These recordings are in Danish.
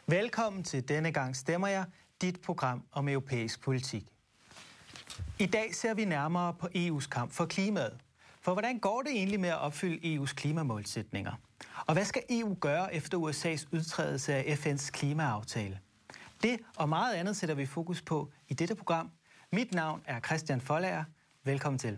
Velkommen til Denne gang stemmer jeg, dit program om europæisk politik. I dag ser vi nærmere på EU's kamp for klimaet. For hvordan går det egentlig med at opfylde EU's klimamålsætninger? Og hvad skal EU gøre efter USA's udtrædelse af FN's klimaaftale? Det og meget andet sætter vi fokus på i dette program. Mit navn er Christian Foldager. Velkommen til.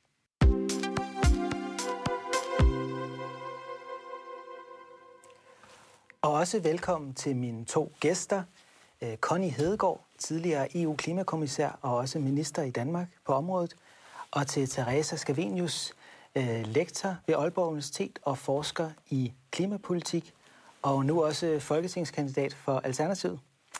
Og også velkommen til mine to gæster. Connie Hedegaard, tidligere EU-klimakommissær og også minister i Danmark på området. Og til Teresa Scavenius, lektor ved Aalborg Universitet og forsker i klimapolitik. Og nu også folketingskandidat for Alternativet.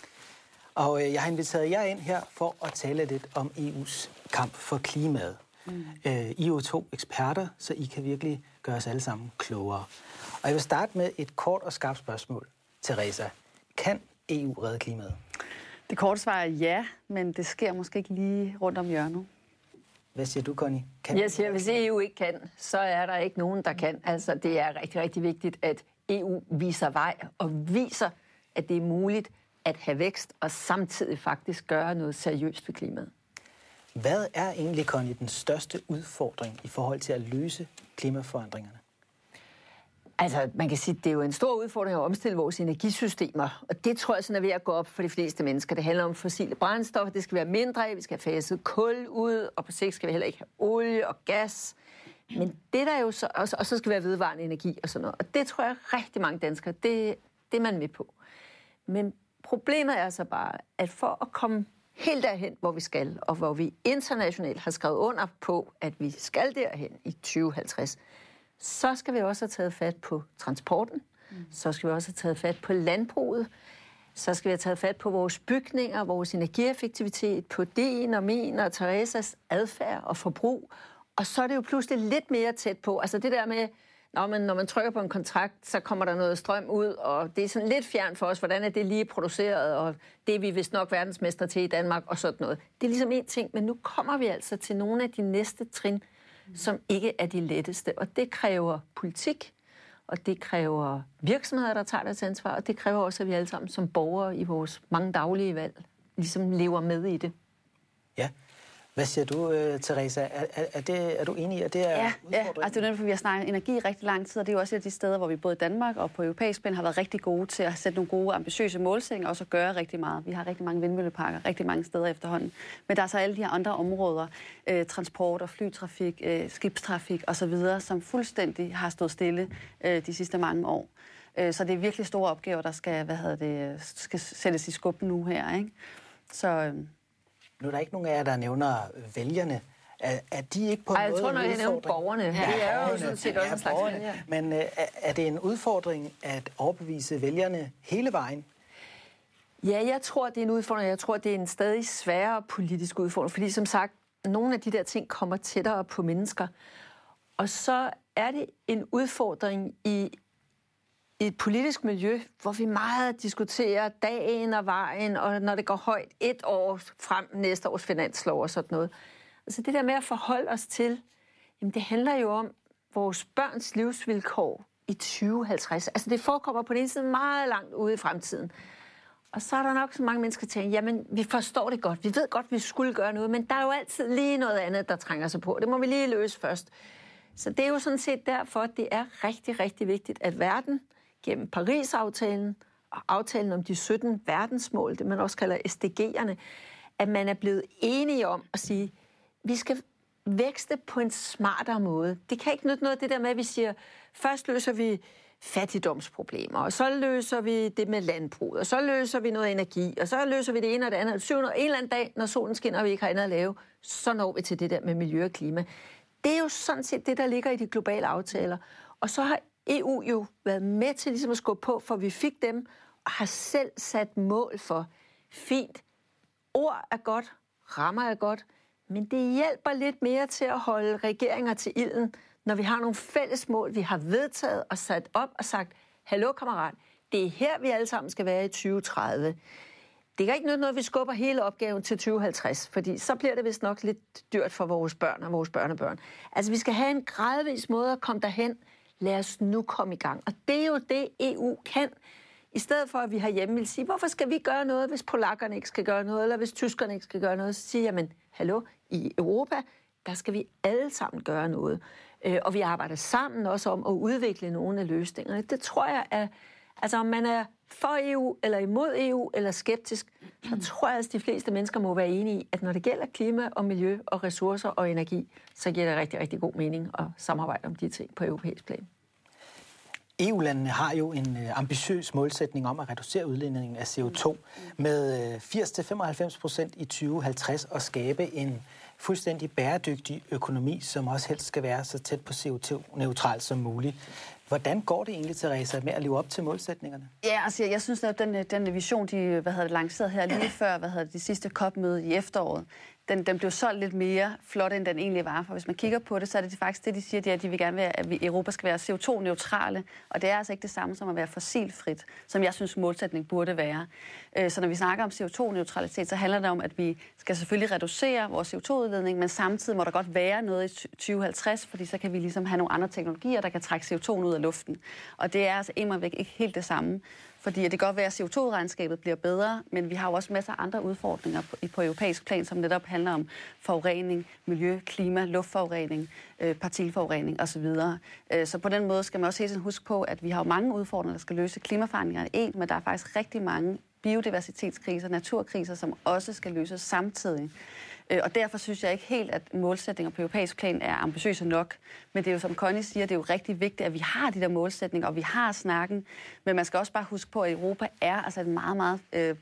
Og jeg har inviteret jer ind her for at tale lidt om EU's kamp for klimaet. I er jo to eksperter, så I kan virkelig gøre os alle sammen klogere. Og jeg vil starte med et kort og skarpt spørgsmål. Teresa, kan EU redde klimaet? Det korte svar er ja, men det sker måske ikke lige rundt om hjørnet. Hvad siger du, Connie? Jeg siger, hvis EU ikke kan, så er der ikke nogen, der kan. Altså, det er rigtig, rigtig vigtigt, at EU viser vej og viser, at det er muligt at have vækst og samtidig faktisk gøre noget seriøst ved klimaet. Hvad er egentlig, Connie, den største udfordring i forhold til at løse klimaforandringerne? Altså, man kan sige, at det er jo en stor udfordring at omstille vores energisystemer, og det tror jeg sådan er ved at gå op for de fleste mennesker. Det handler om fossile brændstoffer, det skal være mindre af, vi skal have faset kul ud, og på sigt skal vi heller ikke have olie og gas. Men det der er jo så, og så skal vi have vedvarende energi og sådan noget, og det tror jeg rigtig mange danskere, det er man med på. Men problemet er så bare, at for at komme helt derhen, hvor vi skal, og hvor vi internationalt har skrevet under på, at vi skal derhen i 2050, så skal vi også have taget fat på transporten, så skal vi også have taget fat på landbruget, så skal vi have taget fat på vores bygninger, vores energieffektivitet, på din og min og Teresas adfærd og forbrug, og så er det jo pludselig lidt mere tæt på. Altså det der med, når man trykker på en kontrakt, så kommer der noget strøm ud, og det er sådan lidt fjern for os, hvordan er det lige produceret, og det er vi vist nok verdensmester til i Danmark og sådan noget. Det er ligesom en ting, men nu kommer vi altså til nogle af de næste trin, som ikke er de letteste, og det kræver politik, og det kræver virksomheder, der tager deres ansvar, og det kræver også, at vi alle sammen som borgere i vores mange daglige valg ligesom lever med i det. Ja. Hvad siger du, Teresa? Er du enig i, at det er udfordringen? Ja, altså det er derfor, vi har snakket energi i rigtig lang tid, og det er jo også et af de steder, hvor vi både i Danmark og på europæisk plan har været rigtig gode til at sætte nogle gode, ambitiøse målsætninger og også at gøre rigtig meget. Vi har rigtig mange vindmølleparker, rigtig mange steder efterhånden. Men der er så alle de her andre områder, transport og flytrafik, skibstrafik osv., som fuldstændig har stået stille de sidste mange år. Så det er virkelig store opgaver, der skal sættes i skub nu her, ikke? Så nu er der ikke nogen af jer, der nævner vælgerne. Er de ikke på en måde jeg tror nok, jeg nævner borgerne. Ja, det er jo sådan set også en slags vælger. Men er det en udfordring at overbevise vælgerne hele vejen? Ja, jeg tror, det er en udfordring. Jeg tror, det er en stadig sværere politisk udfordring. Fordi som sagt, nogle af de der ting kommer tættere på mennesker. Og så er det en udfordring i et politisk miljø, hvor vi meget diskuterer dagen og vejen, og når det går højt et år frem næste års finanslov og sådan noget. Altså det der med at forholde os til, jamen det handler jo om vores børns livsvilkår i 2050. Altså det forekommer på den ene side meget langt ude i fremtiden. Og så er der nok så mange mennesker, der tænker, jamen vi forstår det godt, vi ved godt, vi skulle gøre noget, men der er jo altid lige noget andet, der trænger sig på. Det må vi lige løse først. Så det er jo sådan set derfor, at det er rigtig, rigtig vigtigt, at verden gennem Paris-aftalen og aftalen om de 17 verdensmål, det man også kalder SDG'erne, at man er blevet enige om at sige, at vi skal vækste på en smartere måde. Det kan ikke nytte noget det der med, at vi siger, først løser vi fattigdomsproblemer, og så løser vi det med landbrug, og så løser vi noget energi, og så løser vi det ene og det andet. Og en eller anden dag, når solen skinner, og vi ikke har andet at lave, så når vi til det der med miljø og klima. Det er jo sådan set det, der ligger i de globale aftaler. Og så har EU jo været med til ligesom at skubbe på, for vi fik dem, og har selv sat mål for. Fint. Ord er godt, rammer er godt, men det hjælper lidt mere til at holde regeringer til ilden, når vi har nogle fælles mål, vi har vedtaget og sat op og sagt, hallo kammerat, det er her, vi alle sammen skal være i 2030. Det kan ikke nytte noget, at vi skubber hele opgaven til 2050, fordi så bliver det vist nok lidt dyrt for vores børn og vores børnebørn. Altså, vi skal have en gradvis måde at komme derhen. Lad os nu komme i gang. Og det er jo det, EU kan I stedet for, at vi herhjemme vil sige, hvorfor skal vi gøre noget, hvis polakkerne ikke skal gøre noget, eller hvis tyskerne ikke skal gøre noget, så siger jeg, men hallo, i Europa, der skal vi alle sammen gøre noget. Og vi arbejder sammen også om at udvikle nogle af løsningerne. Det tror jeg er, altså om man er for EU, eller imod EU, eller skeptisk, så tror jeg, at de fleste mennesker må være enige i, at når det gælder klima og miljø og ressourcer og energi, så giver det rigtig, rigtig god mening at samarbejde om de ting på europæisk plan. EU-landene har jo en ambitiøs målsætning om at reducere udledningen af CO2 med 80-95% i 2050 og skabe en fuldstændig bæredygtig økonomi, som også helst skal være så tæt på CO2-neutral som muligt. Hvordan går det egentlig, Theresa, med at leve op til målsætningerne? Ja, altså jeg synes, at den vision, de lanceret her lige før de sidste COP-møde i efteråret, den blev så lidt mere flot, end den egentlig var. For hvis man kigger på det, så er det faktisk det, de siger, at de vil gerne være, at Europa skal være CO2-neutrale. Og det er altså ikke det samme som at være fossilfrit, som jeg synes, målsætning burde være. Så når vi snakker om CO2-neutralitet, så handler det om, at vi skal selvfølgelig reducere vores CO2-udledning, men samtidig må der godt være noget i 2050, fordi så kan vi ligesom have nogle andre teknologier, der kan trække CO2 ud af luften. Og det er altså immervæk ikke helt det samme. Fordi det kan godt være, at CO2-regnskabet bliver bedre, men vi har jo også masser af andre udfordringer på europæisk plan, som netop handler om forurening, miljø, klima, luftforurening, partikelforurening osv. Så på den måde skal man også hele tiden huske på, at vi har jo mange udfordringer, der skal løse klimaforandringerne men der er faktisk rigtig mange biodiversitetskriser, naturkriser, som også skal løses samtidig. Og derfor synes jeg ikke helt, at målsætninger på europæisk plan er ambitiøse nok. Men det er jo, som Connie siger, det er jo rigtig vigtigt, at vi har de der målsætninger, og vi har snakken. Men man skal også bare huske på, at Europa er altså et meget, meget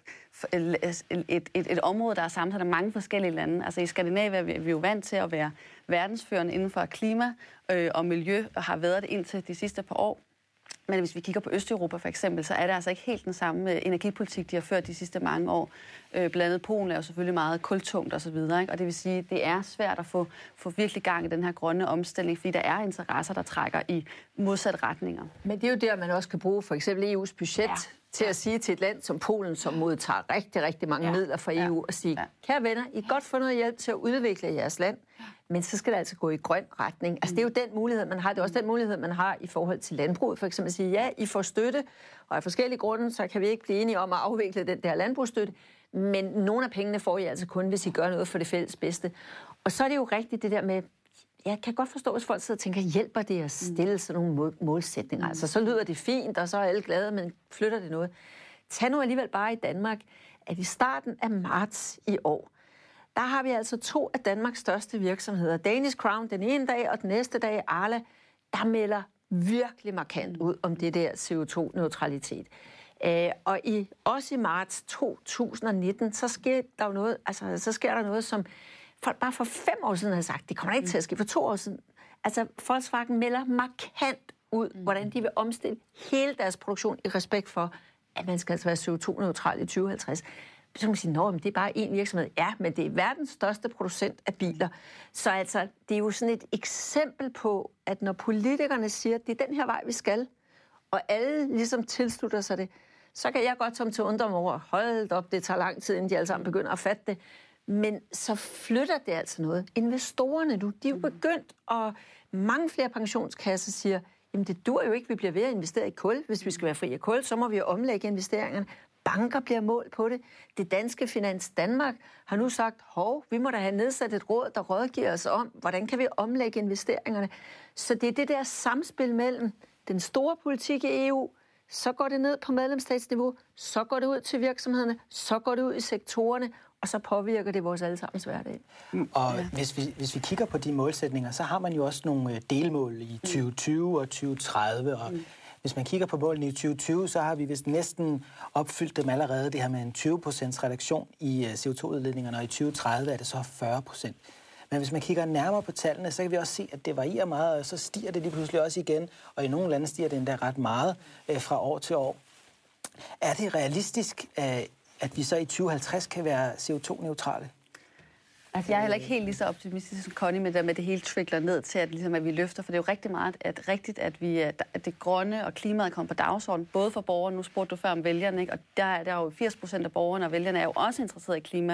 et område, der er sammensat af mange forskellige lande. Altså i Skandinavien er vi jo vant til at være verdensførende inden for klima og miljø, og har været det indtil de sidste par år. Men hvis vi kigger på Østeuropa for eksempel, så er det altså ikke helt den samme energipolitik, de har ført de sidste mange år. Blandt andet Polen er jo selvfølgelig meget kultungt osv., og det vil sige, at det er svært at få virkelig gang i den her grønne omstilling, fordi der er interesser, der trækker i modsatte retninger. Men det er jo der, man også kan bruge for eksempel EU's budget til at sige til et land som Polen, som modtager rigtig, rigtig mange midler fra EU, og sige, kære venner, I kan godt få noget hjælp til at udvikle jeres land, men så skal det altså gå i grøn retning. Altså det er jo den mulighed, man har. Det er også den mulighed, man har i forhold til landbruget. For eksempel at sige, ja, I får støtte, og af forskellige grunde, så kan vi ikke blive enige om at afvikle den der landbrugsstøtte, men nogle af pengene får I altså kun, hvis I gør noget for det fælles bedste. Og så er det jo rigtigt det der med, jeg kan godt forstå, hvis folk sidder og tænker, hjælper det at stille sådan nogle målsætninger? Altså så lyder det fint, og så er alle glade, men flytter det noget? Tag nu alligevel bare i Danmark, at i starten af marts i år, der har vi altså 2 af Danmarks største virksomheder. Danish Crown den ene dag, og den næste dag Arla, der melder virkelig markant ud om det der CO2-neutralitet. Og også i marts 2019, så sker der jo noget, så sker der noget, som folk bare for 5 år siden havde sagt, det kommer ikke til at ske for 2 år siden. Altså Volkswagen melder markant ud, hvordan de vil omstille hele deres produktion i respekt for, at man skal altså være CO2-neutral i 2050. Så kan man sige, at det er bare én virksomhed. Ja, men det er verdens største producent af biler. Så altså, det er jo sådan et eksempel på, at når politikerne siger, at det er den her vej, vi skal, og alle ligesom tilslutter sig det, så kan jeg godt komme til at undre mig over, hold op, det tager lang tid, inden de alle sammen begynder at fatte det. Men så flytter det altså noget. Investorerne nu, de er jo begyndt, og mange flere pensionskasser siger, jamen det dur jo ikke, vi bliver ved at investere i kul. Hvis vi skal være fri af kul, så må vi jo omlægge investeringerne. Banker bliver målt på det. Det danske Finans Danmark har nu sagt, vi må da have nedsat et råd, der rådgiver os om, hvordan kan vi omlægge investeringerne. Så det er det der samspil mellem den store politik i EU, så går det ned på medlemsstatsniveau, så går det ud til virksomhederne, så går det ud i sektorerne, og så påvirker det vores allesammens hverdag. Og hvis vi kigger på de målsætninger, så har man jo også nogle delmål i 2020 og 2030, og hvis man kigger på målene i 2020, så har vi vist næsten opfyldt dem allerede, det her med en 20% reduktion i CO2-udledningerne, og i 2030 er det så 40%. Men hvis man kigger nærmere på tallene, så kan vi også se, at det varierer meget, og så stiger det lige pludselig også igen, og i nogle lande stiger det endda ret meget fra år til år. Er det realistisk, at vi så i 2050 kan være CO2-neutrale? Altså, jeg er heller ikke helt lige så optimistisk som Connie med det hele trickler ned til, at vi løfter, for det er jo rigtig meget at det grønne og klimaet kommer på dagsordenen, både for borgerne, nu spurgte du før om vælgerne, ikke? Og der er jo 80% af borgerne og vælgerne er jo også interesseret i klima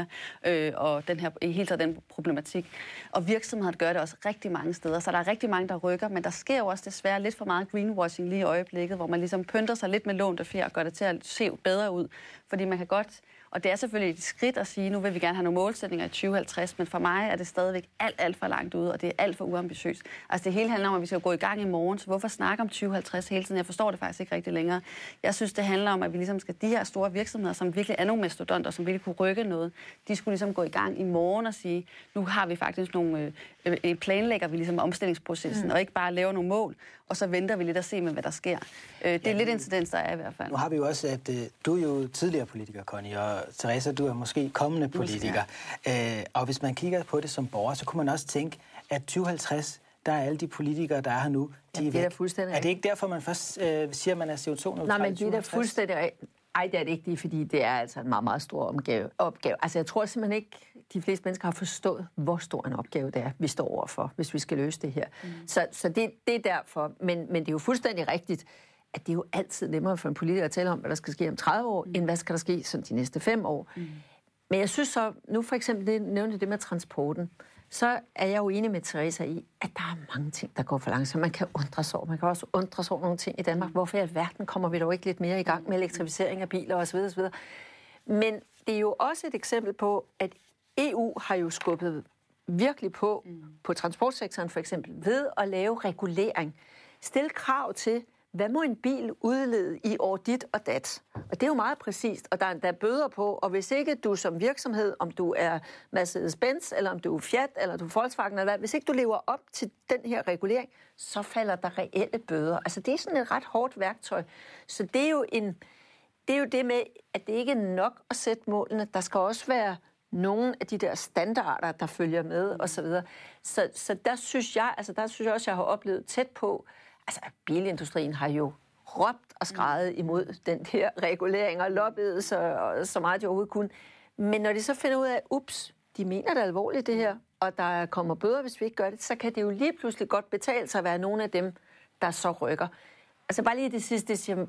og i hele taget den problematik. Og virksomheder gør det også rigtig mange steder, så der er rigtig mange, der rykker, men der sker jo også desværre lidt for meget greenwashing lige i øjeblikket, hvor man ligesom pynter sig lidt med lånte fjer og gør det til at se bedre ud, fordi man kan godt. Og det er selvfølgelig et skridt at sige, nu vil vi gerne have nogle målsætninger i 2050, men for mig er det stadigvæk alt for langt ude, og det er alt for uambitiøst. Altså det hele handler om, at vi skal gå i gang i morgen, så hvorfor snakke om 2050 hele tiden? Jeg forstår det faktisk ikke rigtig længere. Jeg synes, det handler om, at vi ligesom skal, de her store virksomheder, som virkelig er nogle mastodonter, som virkelig kunne rykke noget, de skulle ligesom gå i gang i morgen og sige, nu har vi faktisk nogle, planlægger vi ligesom omstillingsprocessen, og ikke bare lave nogle mål, og så venter vi lidt at se med, hvad der sker. Det er lidt en tendens, der er i hvert fald. Nu har vi jo også, at du er jo tidligere politiker, Connie, og Teresa, du er måske kommende politiker. Og hvis man kigger på det som borger, så kunne man også tænke, at 2050, der er alle de politikere, der er her nu, de er væk. Er det ikke derfor, man først siger, at man er CO2-neutral? Nej, men det er da fuldstændig. Ej, det er det ikke, det, fordi det er altså en meget, meget stor opgave. Altså, jeg tror simpelthen ikke, de fleste mennesker har forstået, hvor stor en opgave det er, vi står overfor, hvis vi skal løse det her. Så det er derfor. Men det er jo fuldstændig rigtigt, at det er jo altid nemmere for en politiker at tale om, hvad der skal ske om 30 år, end hvad skal der ske som de næste 5 år. Men jeg synes så, nu for eksempel nævnte det med transporten, så er jeg jo enig med Teresa i, at der er mange ting, der går for langsomt. Man kan undre sig over. Man kan også undre sig over nogle ting i Danmark. Hvorfor i alverden kommer vi dog ikke lidt mere i gang med elektrificering af biler osv. osv. Men det er jo også et eksempel på, at EU har jo skubbet virkelig på transportsektoren for eksempel, ved at lave regulering. Stil krav til, hvad må en bil udlede i år dit og dat? Og det er jo meget præcist, og der er bøder på, og hvis ikke du som virksomhed, om du er Mercedes-Benz, eller om du er Fiat, eller du er Volkswagen, eller hvad, hvis ikke du lever op til den her regulering, så falder der reelle bøder. Altså det er sådan et ret hårdt værktøj. Så det er jo det med, at det ikke er nok at sætte målene. Der skal også være nogle af de der standarder, der følger med, osv. Så der synes jeg også, jeg har oplevet tæt på. Altså, bilindustrien har jo råbt og skreget imod den der regulering og lobbyet så meget de overhovedet kunne. Men når de så finder ud af, de mener det alvorligt det her, og der kommer bøder, hvis vi ikke gør det, så kan det jo lige pludselig godt betale sig at være nogle af dem, der så rykker. Altså bare lige det sidste, siger,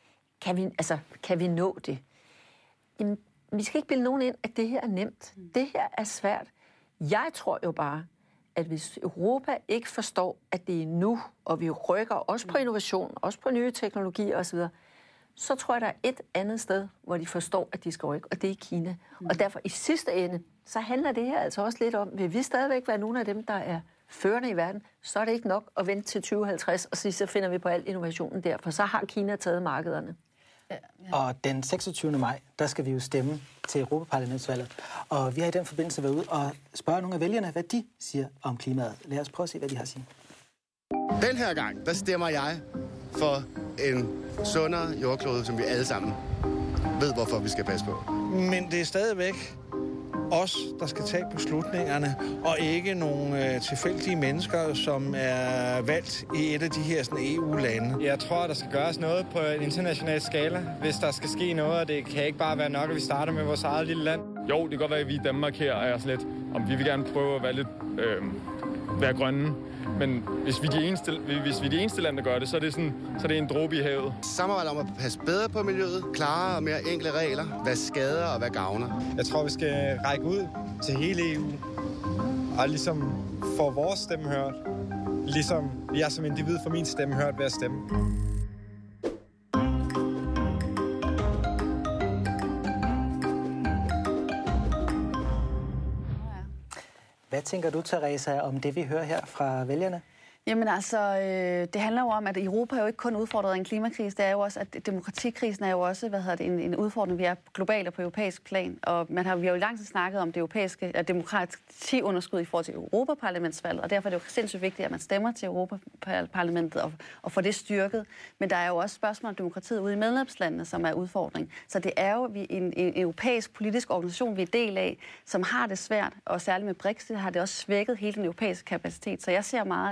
kan vi nå det? Jamen, vi skal ikke bilde nogen ind, at det her er nemt. Det her er svært. Jeg tror jo bare, at hvis Europa ikke forstår, at det er nu, og vi rykker også på innovation, også på nye teknologier osv., så tror jeg, der er et andet sted, hvor de forstår, at de skal rykke, og det er Kina. Og derfor i sidste ende, så handler det her altså også lidt om, vil vi stadigvæk være nogle af dem, der er førende i verden, så er det ikke nok at vente til 2050 og sige, så finder vi på al innovationen der, for så har Kina taget markederne. Og den 26. maj, der skal vi jo stemme til Europaparlamentsvalget. Og vi har i den forbindelse været ude og spørge nogle af vælgerne, hvad de siger om klimaet. Lad os prøve at se, hvad de har at sige. Den her gang, der stemmer jeg for en sundere jordklode, som vi alle sammen ved, hvorfor vi skal passe på. Men det er stadigvæk os, der skal tage beslutningerne, og ikke nogle tilfældige mennesker, som er valgt i et af de her sådan, EU-lande. Jeg tror, der skal gøres noget på en international skala, hvis der skal ske noget, og det kan ikke bare være nok, at vi starter med vores eget lille land. Jo, det kan godt være, at vi i Danmark her er sådan lidt, om vi vil gerne prøve at være lidt være grønne. Men hvis vi er de eneste land, der gør det, så er det en dråbe i havet. Samarbejde om at passe bedre på miljøet, klare og mere enkle regler, hvad skader og hvad gavner. Jeg tror, vi skal række ud til hele EU og ligesom få vores stemme hørt. Ligesom jeg som individ får min stemme hørt ved at stemme. Hvad tænker du, Teresa, om det, vi hører her fra vælgerne? Jamen altså, det handler jo om, at Europa er jo ikke kun udfordret af en klimakrise, det er jo også, at demokratikrisen er jo også, en udfordring, vi er globalt og på europæisk plan. Og vi har jo i lang tid snakket om det europæiske demokratiunderskud i forhold til Europaparlamentsvalget, og derfor er det jo sindssygt vigtigt, at man stemmer til Europaparlamentet og får det styrket. Men der er jo også spørgsmål om demokratiet ude i medlemslandene, som er udfordring. Så det er jo en europæisk politisk organisation, vi er del af, som har det svært, og særligt med Brexit har det også svækket hele den europæiske kapacitet. Så jeg ser meget, at det der er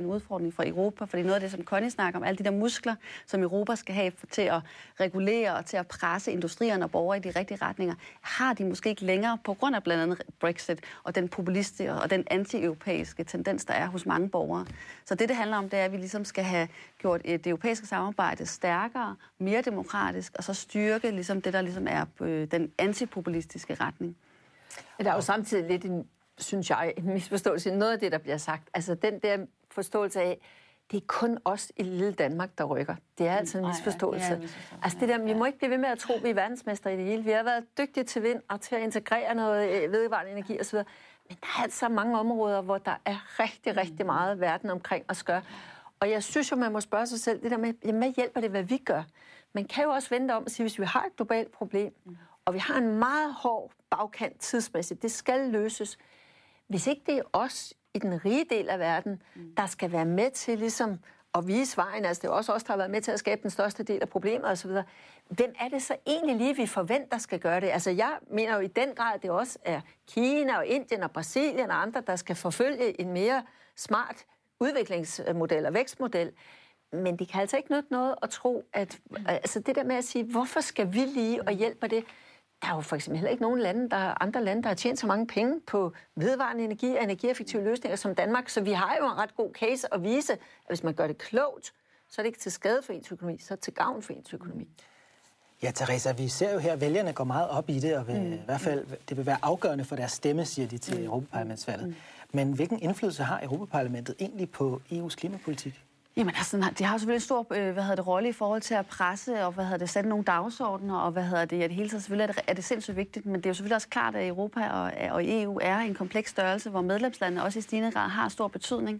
en udfordring for Europa, fordi noget af det, som Connie snakker om, alle de der muskler, som Europa skal have til at regulere og til at presse industrierne og borgere i de rigtige retninger, har de måske ikke længere på grund af blandt andet Brexit og den populistiske og den anti-europæiske tendens, der er hos mange borgere. Så det handler om, det er, at vi ligesom skal have gjort det europæiske samarbejde stærkere, mere demokratisk, og så styrke ligesom det, der ligesom er på den antipopulistiske retning. Der er jo samtidig lidt synes jeg, en misforståelse i noget af det, der bliver sagt. Altså den der forståelse af, det er kun os i lille Danmark, der rykker. Det er altså en misforståelse. Altså det der, vi må ikke blive ved med at tro, at vi er verdensmester i det hele. Vi har været dygtige til vind og til at integrere noget vedvarende energi osv. Men der er altså mange områder, hvor der er rigtig, rigtig meget verden omkring os gør. Og jeg synes jo, man må spørge sig selv, det der med, jamen, hvad hjælper det, hvad vi gør? Man kan jo også vente om at sige, hvis vi har et globalt problem, og vi har en meget hård bagkant tidsmæssigt, det skal løses. Hvis ikke det er os i den rige del af verden, der skal være med til ligesom at vise vejen, altså det er også os, der har været med til at skabe den største del af problemet osv., hvem er det så egentlig lige, vi forventer skal gøre det? Altså jeg mener jo i den grad, det også er Kina og Indien og Brasilien og andre, der skal forfølge en mere smart udviklingsmodel og vækstmodel. Men det kan altså ikke nytte noget at tro, at altså det der med at sige, hvorfor skal vi lige og hjælpe det? Der er jo for eksempel heller ikke nogen andre lande, der har tjent så mange penge på vedvarende energi og energieffektive løsninger som Danmark, så vi har jo en ret god case at vise, at hvis man gør det klogt, så er det ikke til skade for ens økonomi, så er det til gavn for ens økonomi. Ja, Teresa, vi ser jo her, at vælgerne går meget op i det, og i hvert fald det vil være afgørende for deres stemme, siger de til Europaparlamentsvalget. Men hvilken indflydelse har Europaparlamentet egentlig på EU's klimapolitik? Jamen altså, de har selvfølgelig en stor rolle i forhold til at presse og sætte nogle dagsordner, og det hele taget selvfølgelig er det sindssygt vigtigt, men det er jo selvfølgelig også klart, at Europa og EU er en kompleks størrelse, hvor medlemslandene også i stigende grad har stor betydning.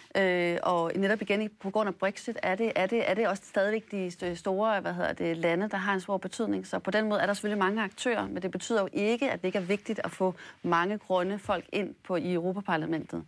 Og netop igen på grund af Brexit er det også stadigvæk de store lande, der har en stor betydning. Så på den måde er der selvfølgelig mange aktører, men det betyder jo ikke, at det ikke er vigtigt at få mange grønne folk ind i Europaparlamentet.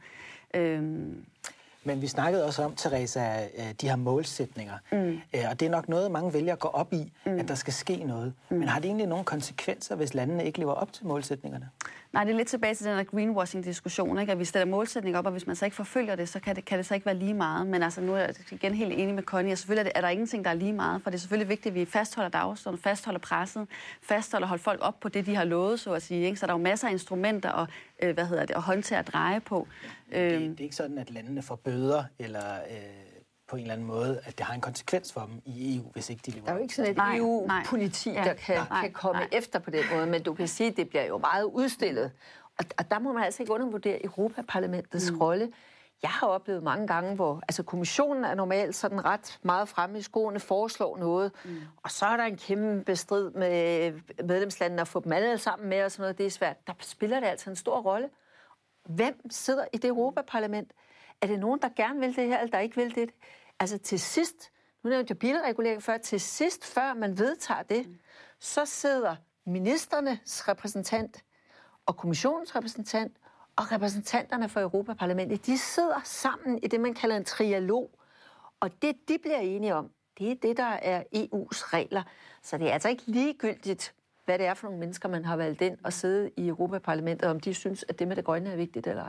Men vi snakkede også om, Teresa, de her målsætninger. Og det er nok noget, mange vælgere går op i, at der skal ske noget. Men har det egentlig nogle konsekvenser, hvis landene ikke lever op til målsætningerne? Nej, det er lidt tilbage til den der greenwashing-diskussion, ikke? At vi stiller målsætninger op, og hvis man så ikke forfølger det, så kan det så ikke være lige meget. Men altså, nu er jeg igen helt enig med Connie, og selvfølgelig er der ingenting, der er lige meget, for det er selvfølgelig vigtigt, at vi fastholder dagsordenen, fastholder presset, fastholder holde folk op på det, de har lovet, så at sige. Ikke? Så der er jo masser af instrumenter at håndtere og dreje på. Det er ikke sådan, at landene får bøder, eller på en eller anden måde, at det har en konsekvens for dem i EU, hvis ikke de lever. Der er jo ikke sådan et EU-politi, der kan komme efter på den måde, men du kan sige, at det bliver jo meget udstillet. Og der må man altså ikke undervurdere Europaparlamentets rolle. Jeg har oplevet mange gange, hvor kommissionen er normalt sådan ret meget fremme i skoene, foreslår noget, og så er der en kæmpe strid med medlemslandene at få dem alle sammen med og sådan noget. Det er svært. Der spiller det altså en stor rolle. Hvem sidder i det Europaparlament? Er det nogen, der gerne vil det her, eller der ikke vil det? Altså til sidst, nu nævnte jeg bilregulering før, til sidst, før man vedtager det, så sidder ministernes repræsentant og kommissionens repræsentant og repræsentanterne for Europaparlamentet, de sidder sammen i det, man kalder en trialog. Og det, de bliver enige om, det er det, der er EU's regler. Så det er altså ikke ligegyldigt, hvad det er for nogle mennesker, man har valgt ind og sidde i Europaparlamentet, om de synes, at det med det grønne er vigtigt eller ej.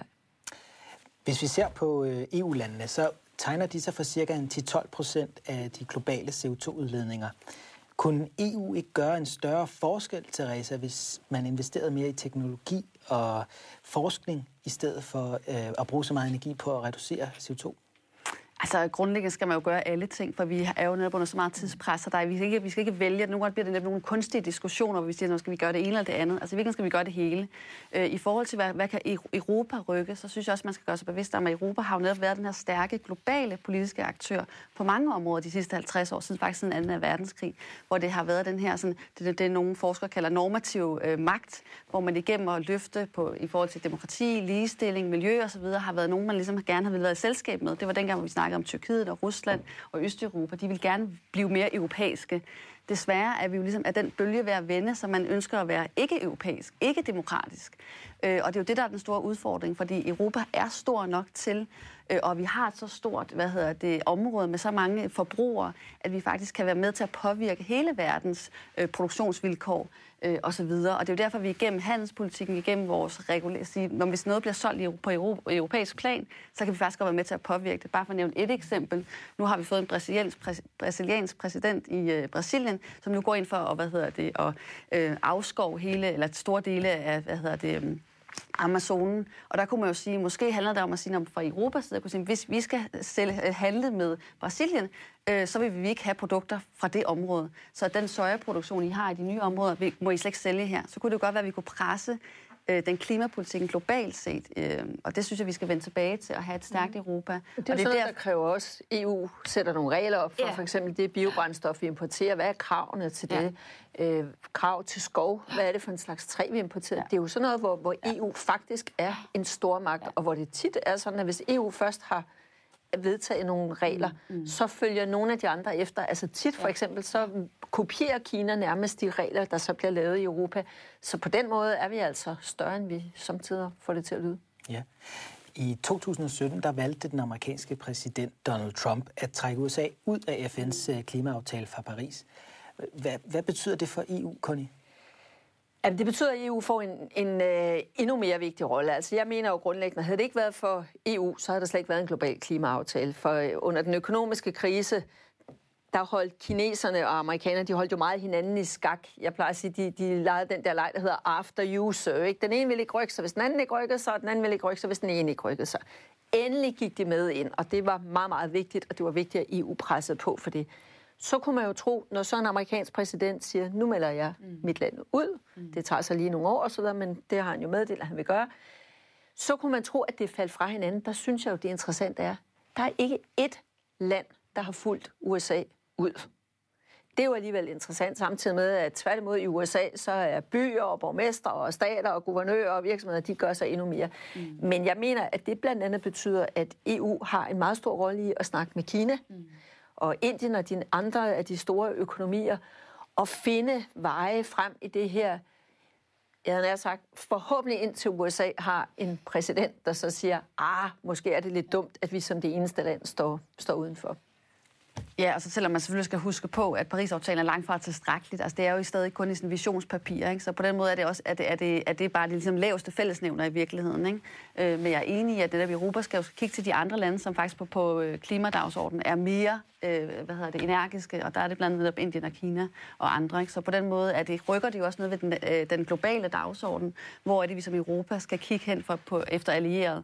Hvis vi ser på EU-landene, så tegner de sig for cirka 10-12% af de globale CO2-udledninger. Kunne EU ikke gøre en større forskel, Teresa, hvis man investerede mere i teknologi og forskning, i stedet for at bruge så meget energi på at reducere CO2? Altså grundlæggende skal man jo gøre alle ting, for vi er jo netop under så meget tidspres, så vi skal ikke vælge. Nogle gange bliver det netop nogle kunstige diskussioner, hvor vi siger, at skal vi gøre det ene eller det andet. Altså i virkeligheden skal vi gøre det hele. I forhold til, hvad kan Europa rykke, så synes jeg også, man skal gøre sig bevidst om, at Europa har jo netop været den her stærke globale politiske aktør på mange områder de sidste 50 år, siden anden verdenskrig, hvor det har været den her, sådan, det nogle forskere kalder normativ magt, hvor man igennem at løfte i forhold til demokrati, ligestilling, miljø osv., har været nogen, man ligesom gerne har ville være i selskab med. Det var dengang, hvor vi snakkede om Tyrkiet og Rusland og Østeuropa. De vil gerne blive mere europæiske. Desværre er vi jo ligesom af den bølge ved at vende, så man ønsker at være ikke-europæisk, ikke-demokratisk. Og det er jo det, der er den store udfordring, fordi Europa er stor nok til, og vi har et så stort område med så mange forbrugere, at vi faktisk kan være med til at påvirke hele verdens produktionsvilkår og så videre. Og det er jo derfor, vi igennem handelspolitikken, igennem vores når hvis noget bliver solgt på europæisk plan, så kan vi faktisk godt være med til at påvirke det. Bare for at nævne et eksempel. Nu har vi fået en brasiliansk præsident i Brasilien, som nu går ind for at afskov eller store dele af Amazonen. Og der kunne man jo sige, måske handler det om at sige, fra Europas side, kunne sige, hvis vi skal handle med Brasilien, så vil vi ikke have produkter fra det område. Så den sojaproduktion, I har i de nye områder, må I slet ikke sælge her. Så kunne det jo godt være, at vi kunne presse den klimapolitikken globalt set. Og det synes jeg, vi skal vende tilbage til at have et stærkt Europa. Det er jo sådan, der kræver også, EU sætter nogle regler op for eksempel det biobrændstof, vi importerer. Hvad er kravene til det? Krav til skov. Hvad er det for en slags træ, vi importerer? Det er jo sådan noget, hvor EU faktisk er en stormagt, og hvor det tit er sådan, at hvis EU først har vedtaget nogle regler, så følger nogle af de andre efter. Altså tit for eksempel, så kopierer Kina nærmest de regler, der så bliver lavet i Europa. Så på den måde er vi altså større, end vi samtidig får det til at lyde. Ja. I 2017, der valgte den amerikanske præsident Donald Trump at trække USA ud af FN's klimaaftale fra Paris. Hvad betyder det for EU, Connie? Det betyder, at EU får en endnu mere vigtig rolle. Altså, jeg mener jo grundlæggende, havde det ikke været for EU, så havde der slet ikke været en global klimaaftale. For under den økonomiske krise, der holdt kineserne og amerikanerne, de holdt jo meget hinanden i skak. Jeg plejer at sige, de legede den der leg, der hedder after you, sir. Ikke? Den ene ville ikke rykke sig, hvis den anden ikke rykkede sig, og den anden ville ikke rykke sig, hvis den ene ikke rykkede sig. Endelig gik de med ind, og det var meget, meget vigtigt, og det var vigtigt, at EU pressede på for det. Så kunne man jo tro, når så en amerikansk præsident siger, nu melder jeg mit land ud, det tager så lige nogle år og så videre, men det har han jo meddelt, at han vil gøre, så kunne man tro, at det faldt fra hinanden. Der synes jeg jo, det interessante er, der er ikke ét land, der har fulgt USA ud. Det er jo alligevel interessant, samtidig med, at tværtimod i USA, så er byer og borgmestre og stater og guvernører og virksomheder, de gør sig endnu mere. Men jeg mener, at det blandt andet betyder, at EU har en meget stor rolle i at snakke med Kina, og Indien og de andre af de store økonomier, og finde veje frem i det her, jeg havde nær sagt, forhåbentlig indtil USA har en præsident, der så siger, måske er det lidt dumt, at vi som det eneste land står udenfor. Ja, og så selvom man selvfølgelig skal huske på, at Paris-aftalen er langt fra tilstrækkeligt, altså det er jo stadig kun i sådan visionspapir, ikke? Så på den måde er det også, at det bare det ligesom laveste fællesnævner i virkeligheden, ikke? Men jeg er enig i, at det der Europa skal jo kigge til de andre lande, som faktisk på klimadagsordenen er mere energiske, og der er det blandt andet Indien og Kina og andre, ikke? Så på den måde rykker det jo også noget ved den globale dagsorden, hvor er det, vi som Europa skal kigge hen efter allierede,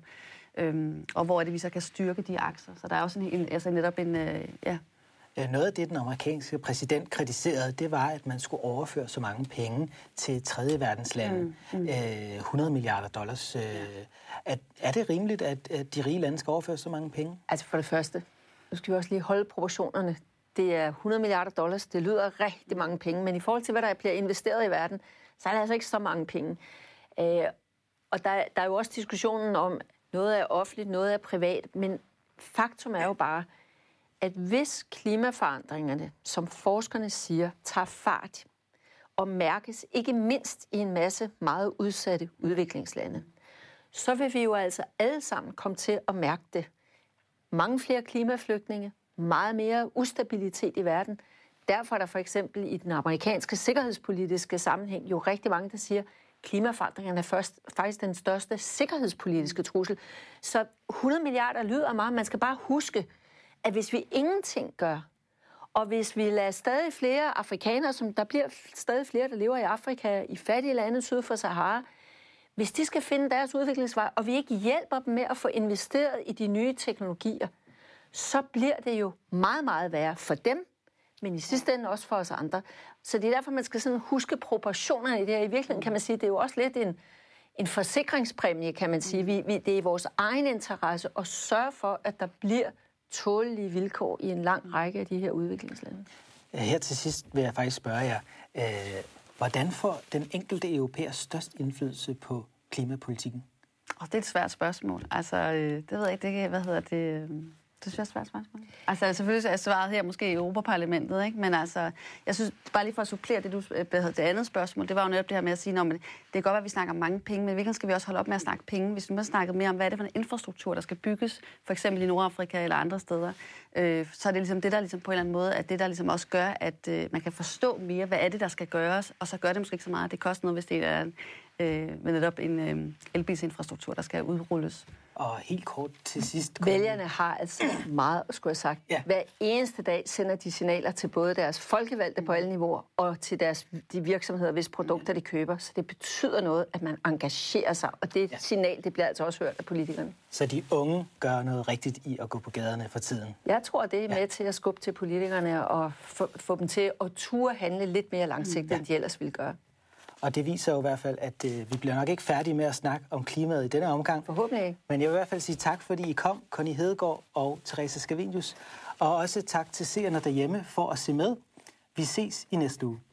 og hvor er det, vi så kan styrke de akser. Så der er også netop en. Noget af det, den amerikanske præsident kritiserede, det var, at man skulle overføre så mange penge til tredje verdenslande. 100 milliarder dollars. Er det rimeligt, at de rige lande skal overføre så mange penge? Altså for det første, nu skal vi også lige holde proportionerne. Det er 100 milliarder dollars. Det lyder rigtig mange penge, men i forhold til, hvad der bliver investeret i verden, så er der altså ikke så mange penge. Og der er jo også diskussionen om, noget er offentligt, noget er privat, men faktum er jo bare, at hvis klimaforandringerne, som forskerne siger, tager fart og mærkes ikke mindst i en masse meget udsatte udviklingslande, så vil vi jo altså alle sammen komme til at mærke det. Mange flere klimaflygtninge, meget mere ustabilitet i verden. Derfor er der for eksempel i den amerikanske sikkerhedspolitiske sammenhæng jo rigtig mange, der siger, klimaforandringerne er faktisk den største sikkerhedspolitiske trussel. Så 100 milliarder lyder meget. Man skal bare huske, at hvis vi ingenting gør, og hvis vi lader stadig flere afrikanere, som der bliver stadig flere, der lever i Afrika, i fattige lande syd for Sahara, hvis de skal finde deres udviklingsvej, og vi ikke hjælper dem med at få investeret i de nye teknologier, så bliver det jo meget, meget værre for dem, men i sidste ende også for os andre. Så det er derfor, man skal sådan huske proportionerne i det her. I virkeligheden kan man sige, det er jo også lidt en forsikringspræmie, kan man sige. Det er i vores egen interesse at sørge for, at der bliver tålelige vilkår i en lang række af de her udviklingslande. Her til sidst vil jeg faktisk spørge jer, hvordan får den enkelte europæer størst indflydelse på klimapolitikken? Det er et svært spørgsmål. Altså, det ved jeg ikke, Det synes jeg er svært spørgsmål. Altså selvfølgelig er svaret her måske i Europaparlamentet, ikke? Men altså, jeg synes, bare lige for at supplere det andet spørgsmål, det var jo netop det her med at sige, at det kan godt være, at vi snakker mange penge, men virkelig skal vi også holde op med at snakke penge. Hvis vi må snakke mere om, hvad er det for en infrastruktur, der skal bygges, for eksempel i Nordafrika eller andre steder, så er det ligesom det, der ligesom på en eller anden måde, at det, der ligesom også gør, at man kan forstå mere, hvad er det, der skal gøres, og så gør det måske ikke så meget. Det koster noget, hvis det er netop en elbilsinfrastruktur, der skal udrulles. Og helt kort til sidst... Vælgerne har altså meget, skulle jeg sagt. Ja. Hver eneste dag sender de signaler til både deres folkevalgte på alle niveauer og til de virksomheder, hvis produkter de køber. Så det betyder noget, at man engagerer sig. Og det signal, det bliver altså også hørt af politikerne. Så de unge gør noget rigtigt i at gå på gaderne for tiden? Jeg tror, det er med til at skubbe til politikerne og få dem til at turde handle lidt mere langsigtet, end de ellers ville gøre. Og det viser jo i hvert fald, at vi bliver nok ikke færdige med at snakke om klimaet i denne omgang. Forhåbentlig ikke. Men jeg vil i hvert fald sige tak, fordi I kom, Connie Hedegaard og Teresa Scavenius. Og også tak til seerne derhjemme for at se med. Vi ses i næste uge.